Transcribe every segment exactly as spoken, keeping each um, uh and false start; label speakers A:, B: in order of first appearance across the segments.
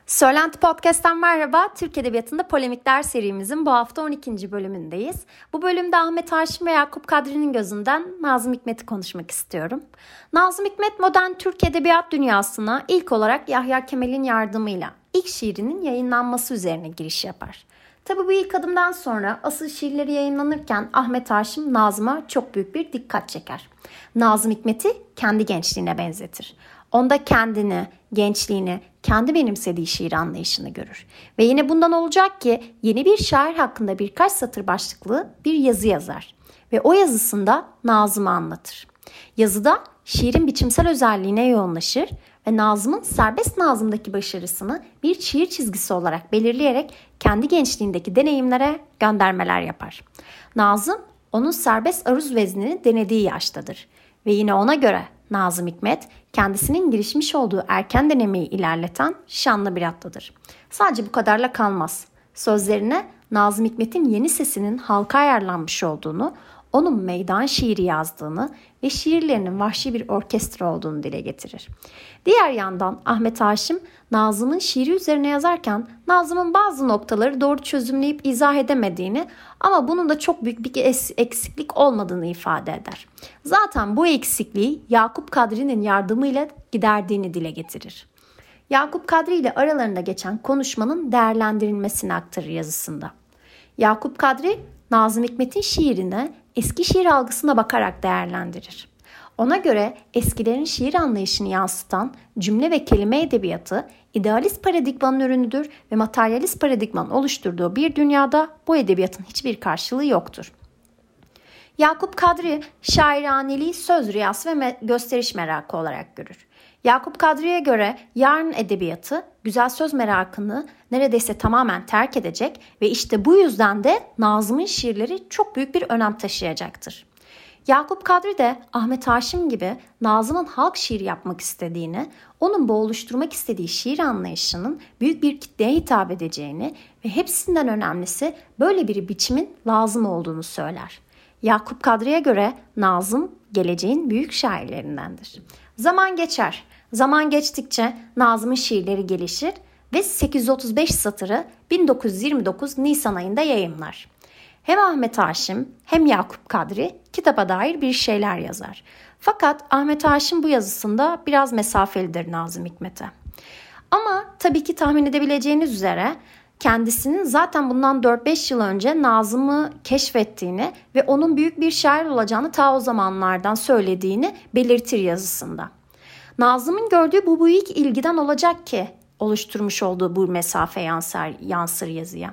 A: Söylenti Podcast'ten merhaba. Türk Edebiyatı'nda Polemikler serimizin bu hafta on ikinci bölümündeyiz. Bu bölümde Ahmet Haşim ve Yakup Kadri'nin gözünden Nazım Hikmet'i konuşmak istiyorum. Nazım Hikmet modern Türk Edebiyat dünyasına ilk olarak Yahya Kemal'in yardımıyla ilk şiirinin yayınlanması üzerine giriş yapar. Tabi bu ilk adımdan sonra asıl şiirleri yayınlanırken Ahmet Haşim Nazım'a çok büyük bir dikkat çeker. Nazım Hikmet'i kendi gençliğine benzetir. Onda kendini, gençliğini, kendi benimsediği şiir anlayışını görür. Ve yine bundan olacak ki yeni bir şair hakkında birkaç satır başlıklı bir yazı yazar. Ve o yazısında Nazım'ı anlatır. Yazıda şiirin biçimsel özelliğine yoğunlaşır ve Nazım'ın serbest Nazım'daki başarısını bir şiir çizgisi olarak belirleyerek kendi gençliğindeki deneyimlere göndermeler yapar. Nazım onun serbest aruz veznini denediği yaştadır. Ve yine ona göre Nazım Hikmet kendisinin girişmiş olduğu erken denemeyi ilerleten şanlı bir atlıdır. Sadece bu kadarla kalmaz. Sözlerine Nazım Hikmet'in yeni sesinin halka ayarlanmış olduğunu, onun meydan şiiri yazdığını ve şiirlerinin vahşi bir orkestra olduğunu dile getirir. Diğer yandan Ahmet Haşim, Nazım'ın şiiri üzerine yazarken Nazım'ın bazı noktaları doğru çözümleyip izah edemediğini ama bunun da çok büyük bir eksiklik olmadığını ifade eder. Zaten bu eksikliği Yakup Kadri'nin yardımıyla giderdiğini dile getirir. Yakup Kadri ile aralarında geçen konuşmanın değerlendirilmesini aktarır yazısında. Yakup Kadri, Nazım Hikmet'in şiirini eski şiir algısına bakarak değerlendirir. Ona göre eskilerin şiir anlayışını yansıtan cümle ve kelime edebiyatı idealist paradigmanın ürünüdür ve materyalist paradigmanın oluşturduğu bir dünyada bu edebiyatın hiçbir karşılığı yoktur. Yakup Kadri şairaneliği söz rüyası ve me- gösteriş merakı olarak görür. Yakup Kadri'ye göre yarın edebiyatı güzel söz merakını neredeyse tamamen terk edecek ve işte bu yüzden de Nazım'ın şiirleri çok büyük bir önem taşıyacaktır. Yakup Kadri de Ahmet Haşim gibi Nazım'ın halk şiir yapmak istediğini, onun bu oluşturmak istediği şiir anlayışının büyük bir kitleye hitap edeceğini ve hepsinden önemlisi böyle bir biçimin lazım olduğunu söyler. Yakup Kadri'ye göre Nazım geleceğin büyük şairlerindendir. Zaman geçer. Zaman geçtikçe Nazım'ın şiirleri gelişir ve sekiz yüz otuz beş satırı bin dokuz yüz yirmi dokuz Nisan ayında yayımlar. Hem Ahmet Haşim hem Yakup Kadri kitaba dair bir şeyler yazar. Fakat Ahmet Haşim bu yazısında biraz mesafelidir Nazım Hikmet'e. Ama tabii ki tahmin edebileceğiniz üzere kendisinin zaten bundan dört beş yıl önce Nazım'ı keşfettiğini ve onun büyük bir şair olacağını ta o zamanlardan söylediğini belirtir yazısında. Nazım'ın gördüğü bu büyük ilgiden olacak ki oluşturmuş olduğu bu mesafe yansır, yansır yazıya.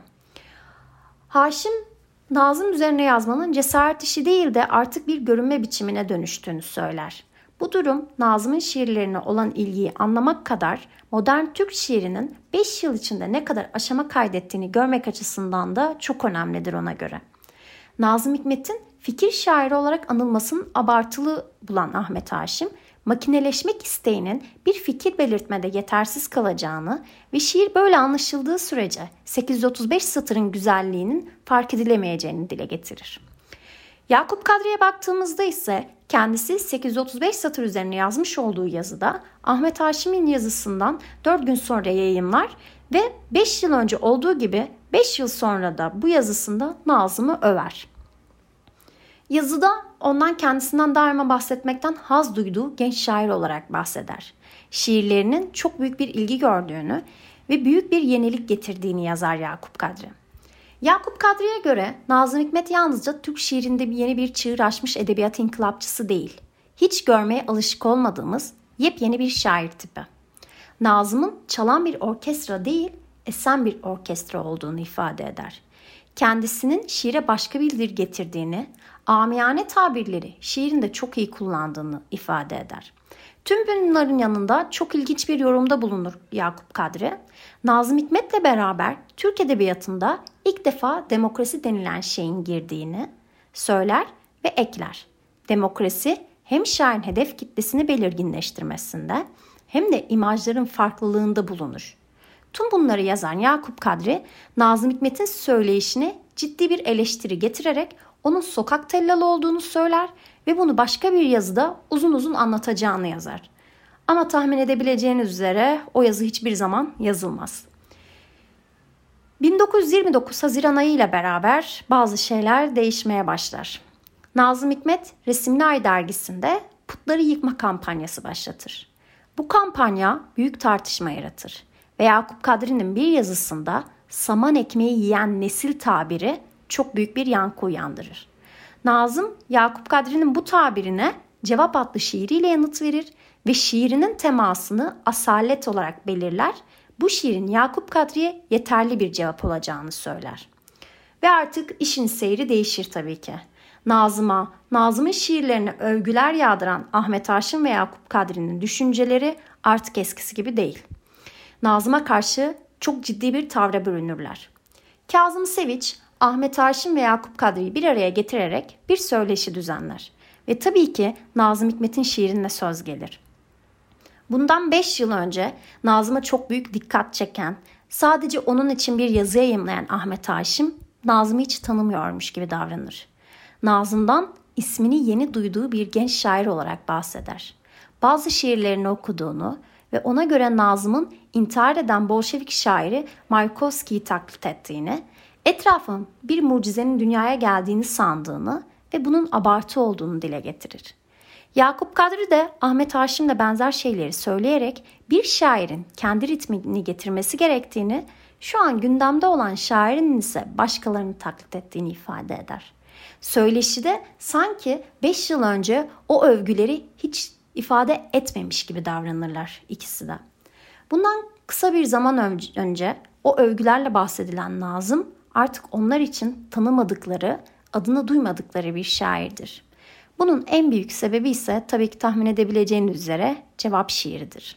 A: Haşim, Nazım üzerine yazmanın cesaret işi değil de artık bir görünme biçimine dönüştüğünü söyler. Bu durum Nazım'ın şiirlerine olan ilgiyi anlamak kadar modern Türk şiirinin beş yıl içinde ne kadar aşama kaydettiğini görmek açısından da çok önemlidir ona göre. Nazım Hikmet'in fikir şairi olarak anılmasının abartılı bulan Ahmet Haşim, makineleşmek isteğinin bir fikir belirtmede yetersiz kalacağını ve şiir böyle anlaşıldığı sürece sekiz yüz otuz beş satırın güzelliğinin fark edilemeyeceğini dile getirir. Yakup Kadri'ye baktığımızda ise kendisi sekiz yüz otuz beş satır üzerine yazmış olduğu yazıda Ahmet Haşim'in yazısından dört gün sonra yayımlar ve beş yıl önce olduğu gibi beş yıl sonra da bu yazısında Nazım'ı över. Yazıda ondan kendisinden daima bahsetmekten haz duyduğu genç şair olarak bahseder. Şiirlerinin çok büyük bir ilgi gördüğünü ve büyük bir yenilik getirdiğini yazar Yakup Kadri. Yakup Kadri'ye göre Nazım Hikmet yalnızca Türk şiirinde bir yeni bir çığır açmış edebiyat inkılapçısı değil, hiç görmeye alışık olmadığımız yepyeni bir şair tipi. Nazım'ın çalan bir orkestra değil, esen bir orkestra olduğunu ifade eder. Kendisinin şiire başka bir dil getirdiğini, amiyane tabirleri şiirinde çok iyi kullandığını ifade eder. Tüm bunların yanında çok ilginç bir yorumda bulunur Yakup Kadri. Nazım Hikmet'le beraber Türk edebiyatında ilk defa demokrasi denilen şeyin girdiğini söyler ve ekler. Demokrasi hem şairin hedef kitlesini belirginleştirmesinde hem de imajların farklılığında bulunur. Tüm bunları yazan Yakup Kadri, Nazım Hikmet'in söyleyişine ciddi bir eleştiri getirerek onun sokak tellalı olduğunu söyler ve bunu başka bir yazıda uzun uzun anlatacağını yazar. Ama tahmin edebileceğiniz üzere o yazı hiçbir zaman yazılmaz. bin dokuz yüz yirmi dokuz Haziran ayı ile beraber bazı şeyler değişmeye başlar. Nazım Hikmet Resimli Ay dergisinde putları yıkma kampanyası başlatır. Bu kampanya büyük tartışma yaratır ve Yakup Kadri'nin bir yazısında saman ekmeği yiyen nesil tabiri çok büyük bir yankı uyandırır. Nazım, Yakup Kadri'nin bu tabirine Cevap adlı şiiriyle yanıt verir ve şiirinin temasını asalet olarak belirler. Bu şiirin Yakup Kadri'ye yeterli bir cevap olacağını söyler. Ve artık işin seyri değişir tabii ki. Nazım'a, Nazım'ın şiirlerine övgüler yağdıran Ahmet Haşim ve Yakup Kadri'nin düşünceleri artık eskisi gibi değil. Nazım'a karşı çok ciddi bir tavra bürünürler. Kazım Seviç, Ahmet Haşim ve Yakup Kadri'yi bir araya getirerek bir söyleşi düzenler. Ve tabii ki Nazım Hikmet'in şiirine söz gelir. Bundan beş yıl önce Nazım'a çok büyük dikkat çeken, sadece onun için bir yazı yayımlayan Ahmet Haşim, Nazım'ı hiç tanımıyormuş gibi davranır. Nazım'dan ismini yeni duyduğu bir genç şair olarak bahseder. Bazı şiirlerini okuduğunu ve ona göre Nazım'ın intihar eden Bolşevik şairi Mayakovski'yi taklit ettiğini, etrafın bir mucizenin dünyaya geldiğini sandığını ve bunun abartı olduğunu dile getirir. Yakup Kadri de Ahmet Haşim'le benzer şeyleri söyleyerek bir şairin kendi ritmini getirmesi gerektiğini, şu an gündemde olan şairin ise başkalarını taklit ettiğini ifade eder. Söyleşide sanki beş yıl önce o övgüleri hiç ifade etmemiş gibi davranırlar ikisi de. Bundan kısa bir zaman önce o övgülerle bahsedilen Nazım artık onlar için tanımadıkları, adını duymadıkları bir şairdir. Bunun en büyük sebebi ise tabii ki tahmin edebileceğiniz üzere cevap şiiridir.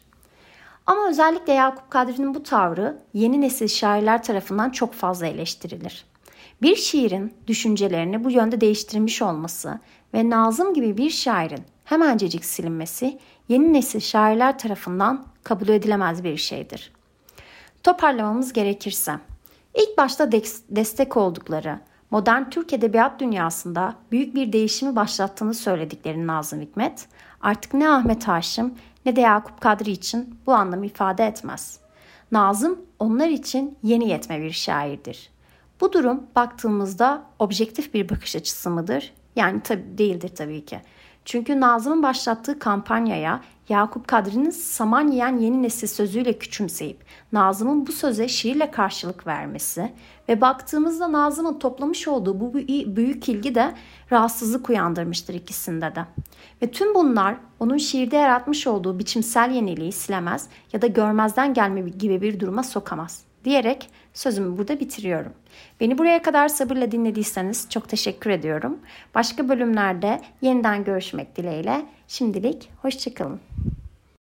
A: Ama özellikle Yakup Kadri'nin bu tavrı yeni nesil şairler tarafından çok fazla eleştirilir. Bir şiirin düşüncelerini bu yönde değiştirmiş olması ve Nazım gibi bir şairin hemencecik silinmesi yeni nesil şairler tarafından kabul edilemez bir şeydir. Toparlamamız gerekirse, ilk başta destek oldukları, modern Türk edebiyat dünyasında büyük bir değişimi başlattığını söyledikleri Nazım Hikmet, artık ne Ahmet Haşim ne de Yakup Kadri için bu anlamı ifade etmez. Nazım onlar için yeni yetme bir şairdir. Bu durum baktığımızda objektif bir bakış açısı mıdır? Yani tabii değildir tabii ki. Çünkü Nazım'ın başlattığı kampanyaya Yakup Kadri'nin saman yiyen yeni nesil sözüyle küçümseyip Nazım'ın bu söze şiirle karşılık vermesi ve baktığımızda Nazım'ın toplamış olduğu bu büyük ilgi de rahatsızlık uyandırmıştır ikisinde de. Ve tüm bunlar onun şiirde yaratmış olduğu biçimsel yeniliği silemez ya da görmezden gelme gibi bir duruma sokamaz diyerek sözümü burada bitiriyorum. Beni buraya kadar sabırla dinlediyseniz çok teşekkür ediyorum. Başka bölümlerde yeniden görüşmek dileğiyle. Şimdilik hoşça kalın.